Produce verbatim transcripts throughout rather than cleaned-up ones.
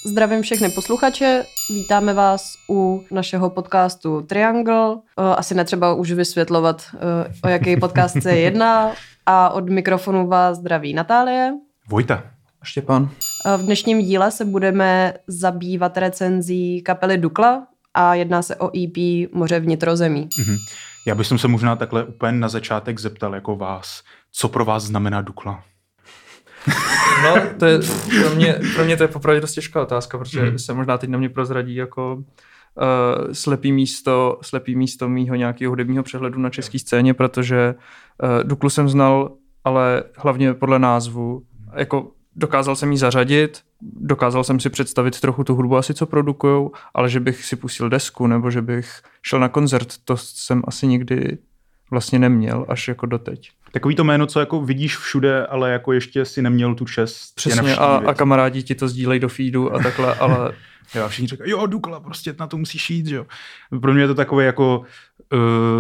Zdravím všechny posluchače, vítáme vás u našeho podcastu Triangle. Asi netřeba už vysvětlovat, o jaký podcast se jedná. A od mikrofonu vás zdraví Natálie. Vojta. A Štěpán. V dnešním díle se budeme zabývat recenzí kapely Dukla a jedná se o E P Moře vnitrozemí. Mhm. Já bych se možná takhle úplně na začátek zeptal jako vás, co pro vás znamená Dukla? No, to je, pro, mě, pro mě to je popravdě dost těžká otázka, protože mm. se možná teď na mě prozradí jako uh, slepý místo, slepý místo mýho nějakého hudebního přehledu na české scéně, protože uh, Duklu jsem znal, ale hlavně podle názvu. Jako dokázal jsem ji zařadit, dokázal jsem si představit trochu tu hudbu asi, co produkujou, ale že bych si pustil desku nebo že bych šel na koncert, to jsem asi nikdy vlastně neměl, až jako doteď. Takový to jméno, co jako vidíš všude, ale jako ještě si neměl tu čest. Přesně, a, a kamarádi ti to sdílejí do feedu a takhle, ale... Jo, všichni říkají, jo, Dukla, prostě na to musíš jít, že jo. Pro mě je to takový jako uh,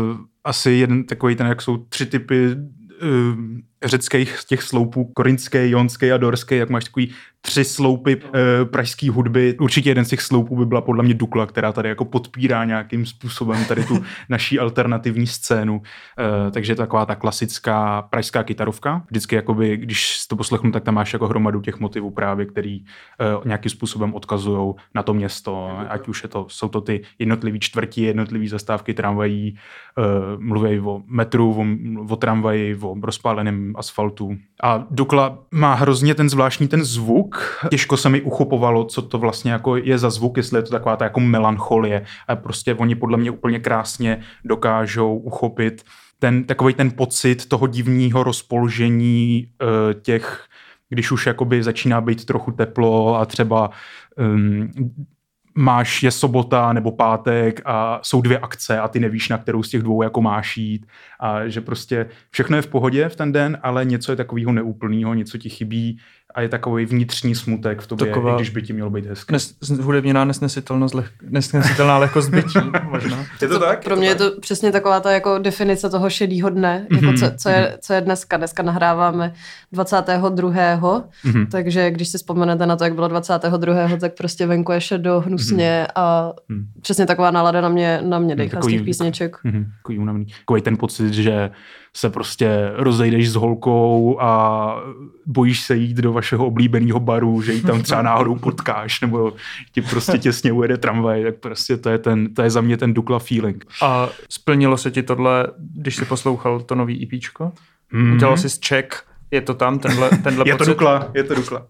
asi jeden takový ten, jak jsou tři typy uh, řeckých těch sloupů, korinský, jonský a dorský, jak máš takový tři sloupy e, pražský hudby. Určitě jeden z těch sloupů by byla podle mě Dukla, která tady jako podpírá nějakým způsobem tady tu naší alternativní scénu. E, takže je to taková ta klasická pražská kytarovka. Vždycky jakoby, když to poslechnu, tak tam máš jako hromadu těch motivů právě, který e, nějakým způsobem odkazujou na to město. Ať už je to, jsou to ty jednotlivý čtvrti, jednotlivý zastávky tramvají, e, mluví o metru, o, o tramvaji, o rozpáleném asfaltu. A Dukla má hrozně ten zvláštní ten zvuk. Těžko se mi uchopovalo, co to vlastně jako je za zvuk, jestli je to taková ta jako melancholie. A prostě oni podle mě úplně krásně dokážou uchopit ten takový ten pocit toho divného rozpoložení uh, těch, když už jakoby začíná být trochu teplo a třeba um, máš, je sobota nebo pátek a jsou dvě akce a ty nevíš, na kterou z těch dvou jako máš jít a že prostě všechno je v pohodě v ten den, ale něco je takového neúplného, něco ti chybí a je takový vnitřní smutek v tobě, Taková i když by ti mělo být hezky. Nes, hudebněná nesnesitelnost, leh, nesnesitelná lehkost bytí, možná. Je to, to tak? Pro mě je to, je to přesně taková ta jako definice toho šedýho dne, mm-hmm. jako co, co, je, co je dneska. Dneska nahráváme dvacátého druhého Mm-hmm. takže když si vzpomenete na to, jak bylo dvacátého druhého tak prostě venku je šedo, hnusně mm-hmm. a mm. přesně taková nálada na mě, na mě dejchá z těch písniček. Mm-hmm. Takový únavný. Takový ten pocit, že se prostě rozejdeš s holkou a bojíš se jít do vašeho oblíbeného baru, že ji tam třeba náhodou potkáš, nebo ti prostě těsně ujede tramvaj, tak prostě to je, ten, to je za mě ten Dukla feeling. A splnilo se ti tohle, když jsi poslouchal to nový EPčko? Mm-hmm. Udělal jsi check, je to tam, tenhle, tenhle je pocit? To Dukla, je to Dukla. Uh,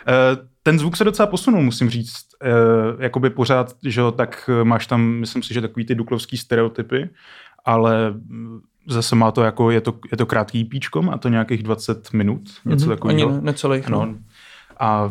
ten zvuk se docela posunul, musím říct. Uh, jakoby pořád, že jo, tak máš tam, myslím si, že takový ty duklovský stereotypy, ale zase má to jako, je to, je to krátký píčko, má to nějakých dvacet minut, něco mm-hmm. takového. Ani necelých. No. A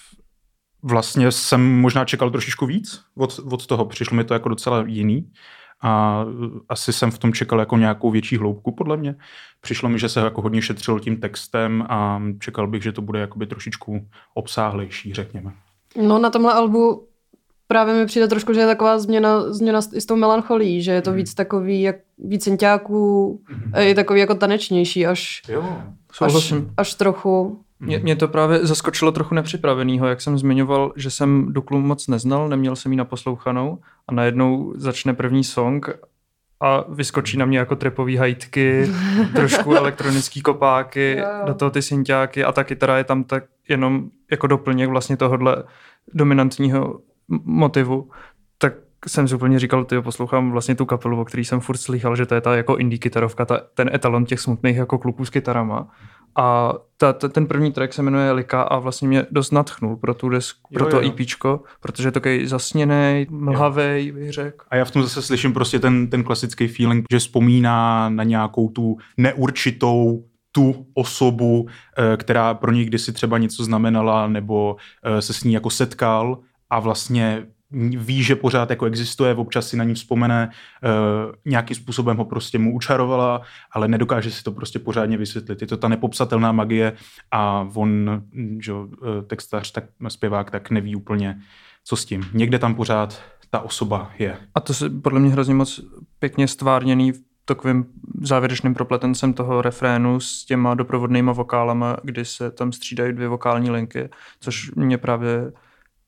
vlastně jsem možná čekal trošičku víc od, od toho, přišlo mi to jako docela jiný a asi jsem v tom čekal jako nějakou větší hloubku podle mě. Přišlo mi, že se jako hodně šetřilo tím textem a čekal bych, že to bude jakoby trošičku obsáhlejší, řekněme. No na tomhle albu právě mi přijde trošku, že je taková změna, změna i s tou melancholí, že je to mm. víc takový, jak víc synťáků, mm. je takový jako tanečnější, až, jo, až, až trochu. Mě, mě to právě zaskočilo trochu nepřipravenýho, jak jsem zmiňoval, že jsem Duklu moc neznal, neměl jsem ji naposlouchanou a najednou začne první song a vyskočí na mě jako trepový hajtky, trošku elektronický kopáky, do toho ty synťáky a ta kytara je tam tak jenom jako doplněk vlastně tohohle dominantního motivu, tak jsem si úplně říkal, tyjo, poslouchám vlastně tu kapelu, o který jsem furt slychal, že to je ta jako indie kytarovka, ta, ten etalon těch smutných jako kluků s kytarama. A ta, ta, ten první track se jmenuje Lika a vlastně mě dost nadchnul pro tu desku, pro to EPčko, protože je takový zasněnej, mlhavej, bych řekl. A já v tom zase slyším prostě ten, ten klasický feeling, že vzpomíná na nějakou tu neurčitou tu osobu, která pro něj kdysi třeba něco znamenala nebo se s ní jako setkal a vlastně ví, že pořád jako existuje, občas si na ní vzpomene, uh, nějakým způsobem ho prostě mu učarovala, ale nedokáže si to prostě pořádně vysvětlit. Je to ta nepopsatelná magie a on, že textař, tak zpěvák, tak neví úplně, co s tím. Někde tam pořád ta osoba je. A to se podle mě hrozně moc pěkně stvárněný v takovým závěrečným propletencem toho refrénu s těma doprovodnýma vokálama, kdy se tam střídají dvě vokální linky, což mě právě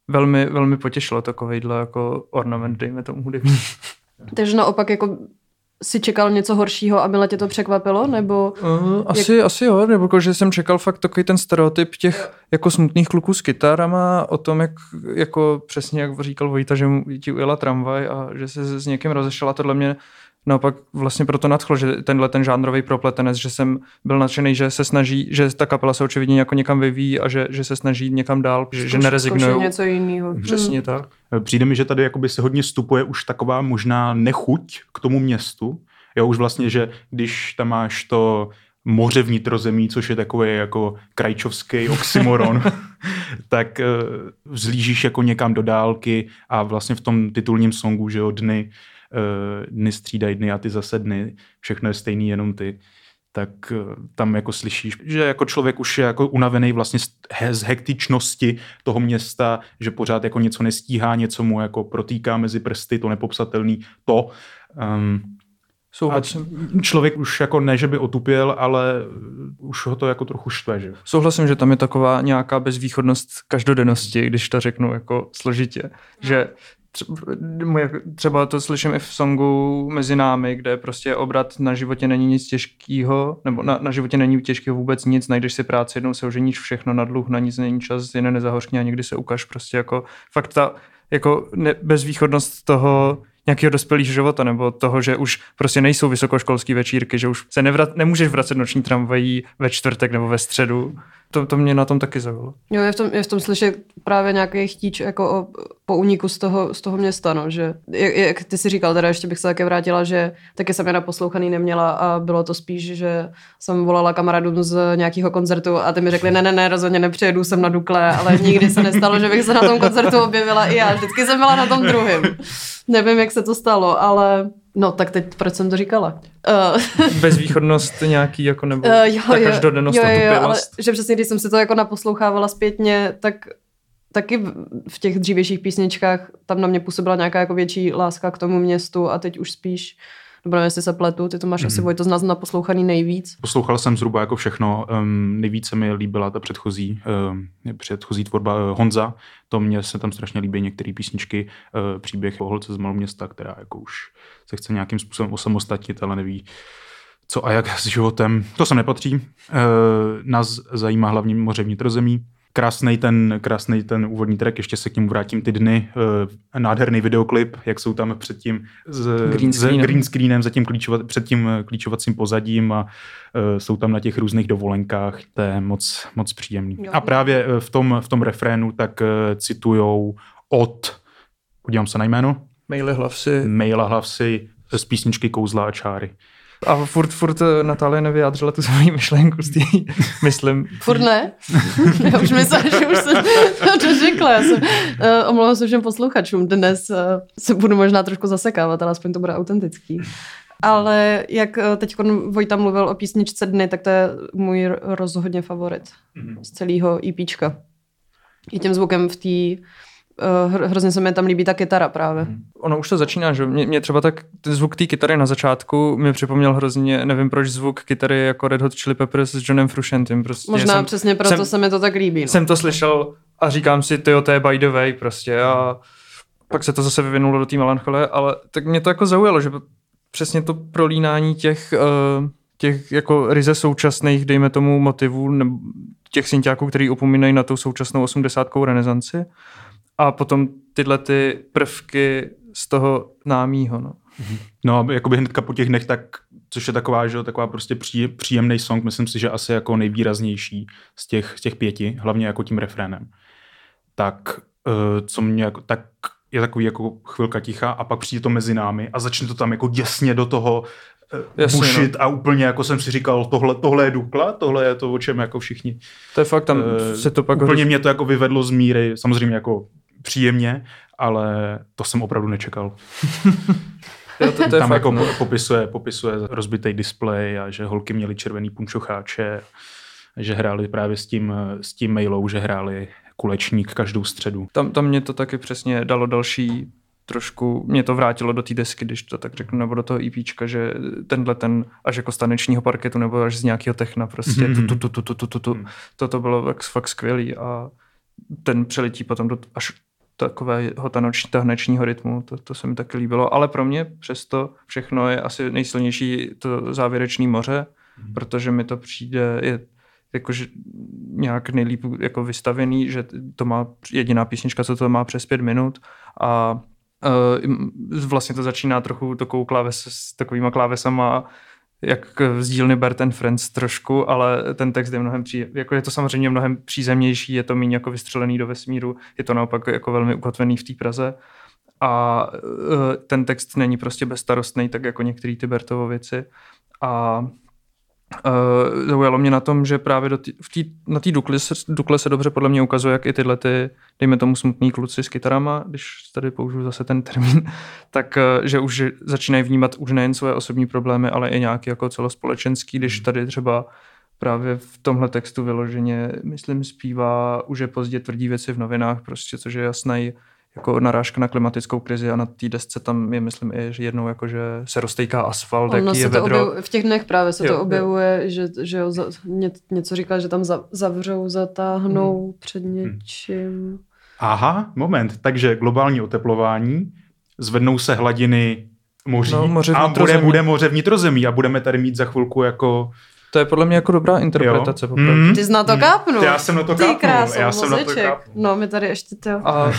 velmi, velmi potěšilo takovejhle jako ornament, dejme tomu hudební. Takže naopak jako si čekal něco horšího a mile tě to překvapilo, nebo... Uh, asi, jak... asi jo, nebo že jsem čekal fakt takový ten stereotyp těch jako smutných kluků s kytarama o tom, jak jako přesně jak říkal Vojta, že mu ti ujela tramvaj a že se s někým rozešel a tohle mě naopak vlastně proto nadchlo, že tenhle ten žánrový propletenec, že jsem byl nadšený, že se snaží, že ta kapela se očividně jako někam vyvíjí a že, že se snaží někam dál, že, že nerezignují. něco jiného. Přesně hmm. tak. Přijde mi, že tady jakoby se hodně stupuje už taková možná nechuť k tomu městu. Jo, už vlastně, že když tam máš to moře vnitrozemí, což je takový jako krajčovský oxymoron, tak uh, vzlížíš jako někam do dálky a vlastně v tom titulním songu, že jo, dny, uh, dny střídají dny a ty zase dny, všechno je stejný, jenom ty, tak uh, tam jako slyšíš, že jako člověk už je jako unavený vlastně z, he, z hektičnosti toho města, že pořád jako něco nestíhá, něco mu jako protýká mezi prsty, to nepopsatelný to. Um, Souhlasím. A člověk už jako ne, že by otupěl, ale už ho to jako trochu štve, že? Souhlasím, že tam je taková nějaká bezvýchodnost každodennosti, když to řeknu jako složitě. Že třeba to slyším i v songu Mezi námi, kde prostě obrat na životě není nic těžkého, nebo na, na životě není těžkého vůbec nic, najdeš si práci, jednou se oženíš, všechno na dluh, na nic není čas, jiné nezahořkni a někdy se ukaž, prostě jako fakt ta jako ne, bezvýchodnost toho nějakého dospělého života, nebo toho, že už prostě nejsou vysokoškolský večírky, že už se nevrat, nemůžeš vracet noční tramvají ve čtvrtek nebo ve středu. To, to mě na tom taky zaujalo. Jo, je v tom, je v tom slyšet právě nějaký chtíč jako o, po úniku z toho, z toho města, no, že jak, jak ty si říkal, teda ještě bych se také vrátila, že taky jsem je naposlouchaný neměla a bylo to spíš, že jsem volala kamarádům z nějakého koncertu a ty mi řekli, ne, ne, ne, rozhodně nepřijedu, jsem na Dukle, ale nikdy se nestalo, že bych se na tom koncertu objevila i já, vždycky jsem byla na tom druhém. Nevím, jak se to stalo, ale no, tak teď proč jsem to říkala? Uh, Bezvýchodnost nějaký, jako nebo uh, jo, ta každodennost, jo, jo, jo, ale otupilost. že přesně, když jsem si to jako naposlouchávala zpětně, tak taky v těch dřívějších písničkách tam na mě působila nějaká jako větší láska k tomu městu a teď už spíš, nebo nevím, jestli se pletu, ty to máš mm. asi Vojto z nás naposlouchaný nejvíc. Poslouchal jsem zhruba jako všechno, um, nejvíce mi líbila ta předchozí, um, předchozí tvorba uh, Honza, to mě se tam strašně líbí některé písničky, uh, příběh o holce z Maloměsta, která jako už se chce nějakým způsobem osamostatnit, ale neví co a jak s životem. To sem nepatří. Uh, nás zajímá hlavně moře vnitrozemí. Krásnej ten, krásnej ten úvodní track, ještě se k němu vrátím ty dny. Uh, nádherný videoklip, jak jsou tam před tím s green screenem, green screenem za tím klíčovat, před tím klíčovacím pozadím a uh, jsou tam na těch různých dovolenkách. To je moc, moc příjemný. Jo. A právě uh, v tom, v tom refrénu tak uh, citujou od, podívám se na jméno, Maila Hlavsy. Maila Hlavsy z písničky Kouzla a čáry. A furt, furt Natálie nevyjádřila tu svoji myšlenku z tý, myslím. Furt ne? Já už myslím, že už jsem to řekla. Já jsem, uh, omlouvám se všem posluchačům. Dnes uh, se budu možná trošku zasekávat, ale aspoň to bude autentický. Ale jak uh, teď Vojta mluvil o písničce Dny, tak to je můj rozhodně favorit mm-hmm. z celého EPčka. I tím zvukem v té Uh, hrozně se mi tam líbí ta kytara právě. Ono už to začíná, že mě, mě třeba tak zvuk té kytary na začátku mi připomněl hrozně, nevím proč, zvuk kytary jako Red Hot Chili Peppers s Johnem Frusciantem. Prostě možná jsem, přesně proto jsem, se mi to tak líbí. No. Jsem to slyšel a říkám si, tyjo, to je by the way prostě a pak se to zase vyvinulo do té melancholie, ale tak mě to jako zaujalo, že přesně to prolínání těch, uh, těch jako ryze současných, dejme tomu motivů, nebo těch synťáků, který upomínají na tou současnou osmdesátkou renesanci. A potom tyhle ty prvky z toho námího. No, no jakoby hnedka po těch dnech, tak, což je taková, že, taková prostě pří, příjemný song, myslím si, že asi jako nejvýraznější z těch, z těch pěti, hlavně jako tím refrénem. Tak, uh, co mě jako, tak je takový jako chvilka ticha a pak přijde to Mezi námi a začne to tam jako děsně do toho uh, bušit no. A úplně jako jsem si říkal, tohle, tohle je Dukla, tohle je to, o čem jako všichni. To je fakt, tam uh, se to pak... Úplně hodně... mě to jako vyvedlo z míry, samozřejmě jako příjemně, ale to jsem opravdu nečekal. Jo, to, to je tam fakt, jako no. popisuje, popisuje rozbitý displej a že holky měly červený punčocháče, že hráli právě s tím, s tím mailou, že hráli kulečník každou středu. Tam, tam mě to taky přesně dalo další trošku, mě to vrátilo do té desky, když to tak řeknu, nebo do toho EPčka, že tenhle ten až jako z tanečního parketu nebo až z nějakého techna prostě mm-hmm. tu, tu, tu, tu, tu, tu, tu. Mm. Toto bylo fakt skvělý a ten přeletí potom do, až takového tanečního rytmu, to, to se mi taky líbilo, ale pro mě přesto všechno je asi nejsilnější to závěrečný moře, mm. protože mi to přijde, je jakože nějak nejlíp jako vystavený, že to má jediná písnička, co to má přes pět minut a uh, vlastně to začíná trochu takovou kláves, s takovýma klávesama, jak z dílny Bert and Friends trošku, ale ten text je mnohem pří, jako je to samozřejmě mnohem přízemnější, je to méně jako vystřelený do vesmíru, je to naopak jako velmi ukotvený v té Praze a uh, ten text není prostě bezstarostný, tak jako některé ty Bertovo věci a Uh, zaujalo mě na tom, že právě do tý, v tý, na té Dukle, Dukle se dobře podle mě ukazuje, jak i tyhle ty, dejme tomu smutný kluci s kytarama, když tady použiju zase ten termín, tak uh, že už začínají vnímat už nejen své osobní problémy, ale i nějaký jako celospolečenský, když tady třeba právě v tomhle textu vyloženě, myslím, zpívá už je pozdě tvrdí věci v novinách, prostě, což je jasný jako narážka na klimatickou krizi a na té desce tam je, myslím, i že jednou jako, že se roztejká asfalt, ono jaký je se to vedro. Objev, v těch dnech právě se jo, to objevuje, jo. že, že jo, za, ně, něco říká, že tam za, zavřou, zatáhnou hmm. před něčím. Aha, moment. Takže globální oteplování, zvednou se hladiny moří no, moře a bude, bude moře vnitrozemí a budeme tady mít za chvilku jako... To je podle mě jako dobrá interpretace. Hmm. Ty jsi na to hmm. kápnul. Já jsem na to Ty kápnul. krásou, Já jsem na to kápnul. No, my tady ještě to a...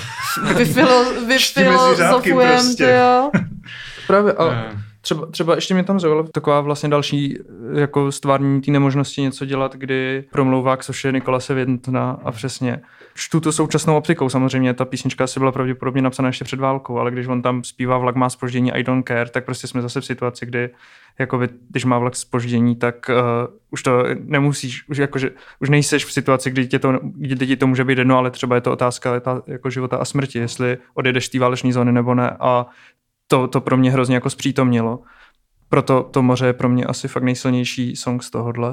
vyfilozofujeme, prostě. To jo. Právě, a třeba, třeba ještě mě tam zaujala taková vlastně další jako stvárnění té nemožnosti něco dělat, kdy promlouvá k soše Nikolase Wintona a přesně čtu tu současnou optikou. Samozřejmě ta písnička asi byla pravděpodobně napsaná ještě před válkou, ale když on tam zpívá Vlak má zpoždění I don't care, tak prostě jsme zase v situaci, kdy jako když má vlak zpoždění, tak uh, už to nemusíš, už, jakože, už nejseš v situaci, kdy, tě to, kdy ti to může být jedno, ale třeba je to otázka ta, jako života a smrti, jestli odjedeš z té váleční zóny nebo ne a to, to pro mě hrozně jako zpřítomnilo. Proto to moře je pro mě asi fakt nejsilnější song z tohohle.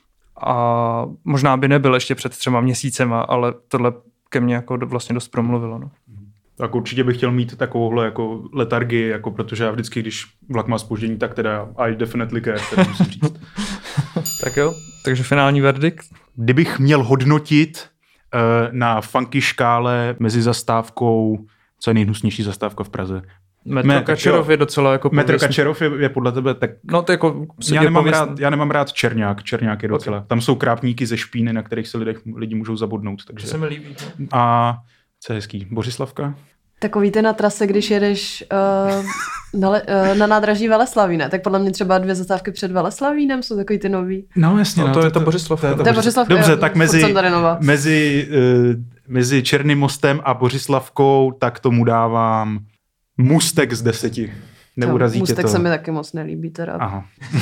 A možná by nebyl ještě před třema měsícema, ale tohle ke mně jako vlastně dost promluvilo. No. Tak určitě bych chtěl mít takovouhle jako letargii, jako protože já vždycky, když vlak má zpoždění, tak teda I definitely care, teda musím říct. Tak jo, takže finální verdikt. Kdybych měl hodnotit uh, na funky škále mezi zastávkou, co je nejhnusnější zastávka v Praze? Metro Me, Kačerov je docela jako pověstný. Metro Kačerov je, je podle tebe tak... No to jako... Já nemám, rád, já nemám rád Černák. Černák je docela. Okay. Tam jsou krápníky ze špíny, na kterých se lidé, lidi můžou zabodnout. Takže... To se mi líbí. A co je hezký? Bořislavka? Takový ty na trase, když jedeš uh, na, le, uh, na nádraží Veleslavína, tak podle mě třeba dvě zastávky před Veleslavínem jsou takový ty nový. No jasně. No, no, to, to je je to Bořislavka. To je Bořislavka. Dobře, jo, tak mezi, mezi, uh, mezi Černým mostem a Bořislavkou tak tomu dávám Můstek z deseti. Neurazí Můstek tě to. se mi taky moc nelíbí teda. Aha.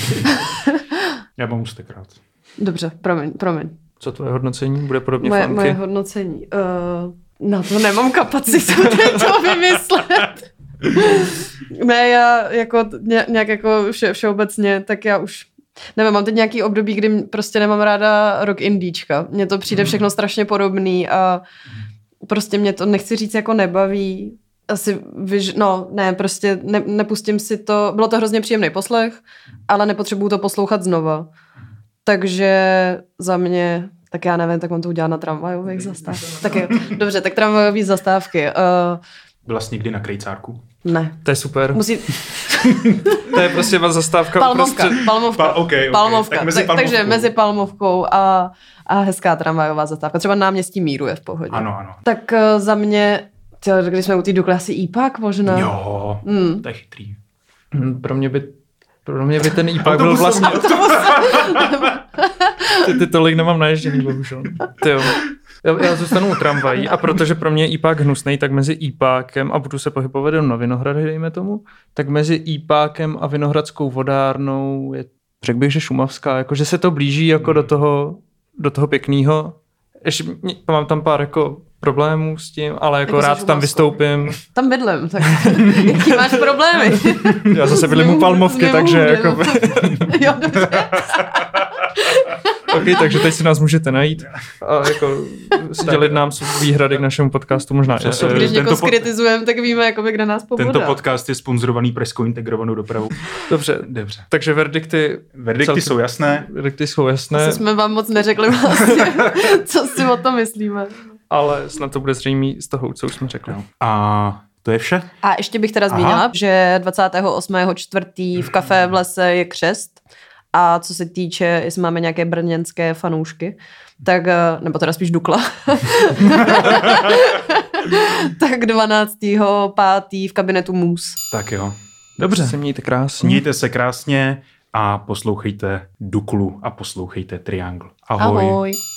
Já mám Můstek rád. Dobře, promiň, promiň. Co tvoje hodnocení? Bude podobně moje, funky? Moje hodnocení. Uh, na to nemám kapacitu teď to vymyslet. Ne, já jako nějak jako vše, všeobecně, tak já už nevím, mám teď nějaký období, kdy prostě nemám ráda rock indíčka. Mně to přijde všechno strašně podobný a prostě mě to, nechci říct, jako nebaví. Asi, vyž, no ne, prostě ne, nepustím si to, bylo to hrozně příjemný poslech, ale nepotřebuju to poslouchat znova. Takže za mě, tak já nevím, tak on to udělá na tramvajových zastávkách. Tak jo, dobře, tak tramvajové zastávky. Uh, Byla jsi někdy na Krejcárku? Ne. To je super. Musí... To je prostě vás zastávka. Palmovka, prostě... Palmovka. Pa, okay, okay. Palmovka. Tak mezi tak, takže mezi Palmovkou a, a hezká tramvajová zastávka. Třeba náměstí Míru je v pohodě. Ano, ano. Tak uh, za mě, tělo, když jsme u té Dukly, asi IPák možná. Jo, mm. To je chytrý. Hmm, pro mě by Pro mě by ten IPák byl vlastně... ty, ty tolik nemám naježděný, bohužel. Tyjo. Já, já zůstanu u tramvají a protože pro mě je IPák hnusnej, tak mezi IPákem a budu se pohybovat na Vinohrady, dejme tomu, tak mezi IPákem a Vinohradskou vodárnou je, řekl bych, že šumavská, jakože se to blíží jako do toho, do toho pěknýho. Ještě mám tam pár jako problémů s tím, ale jako, jako rád tam vystoupím. Tam bydlím, tak jaký máš problémy? Já zase bydlím u Palmovky, takže jako... Jo, dobře. Ok, takže teď si nás můžete najít a jako sdělit nám výhrady k našemu podcastu možná. Přesně, když někoho skritizujeme, tak víme, jakoby, kde nás pobodá. Tento podcast je sponzorovaný pražskou integrovanou dopravou. Dobře, dobře. Takže verdikty... Verdikty celky, jsou jasné. Verdikty jsou jasné. Asi jsme vám moc neřekli vlastně, co si o tom myslíme. ale snad to bude zřejmé z toho, co už jsme řekli. No. A to je vše? A ještě bych teda zmínila, Aha. že dvacátého osmého čtvrtého v Café v lese je křest. A co se týče, jestli máme nějaké brněnské fanoušky, tak, nebo teda spíš Dukla, tak dvanáctého pátého v kabinetu Mus. Tak jo. Dobře. Se mějte krásně. Mějte se krásně a poslouchejte Duklu a poslouchejte Triangle. Ahoj. Ahoj.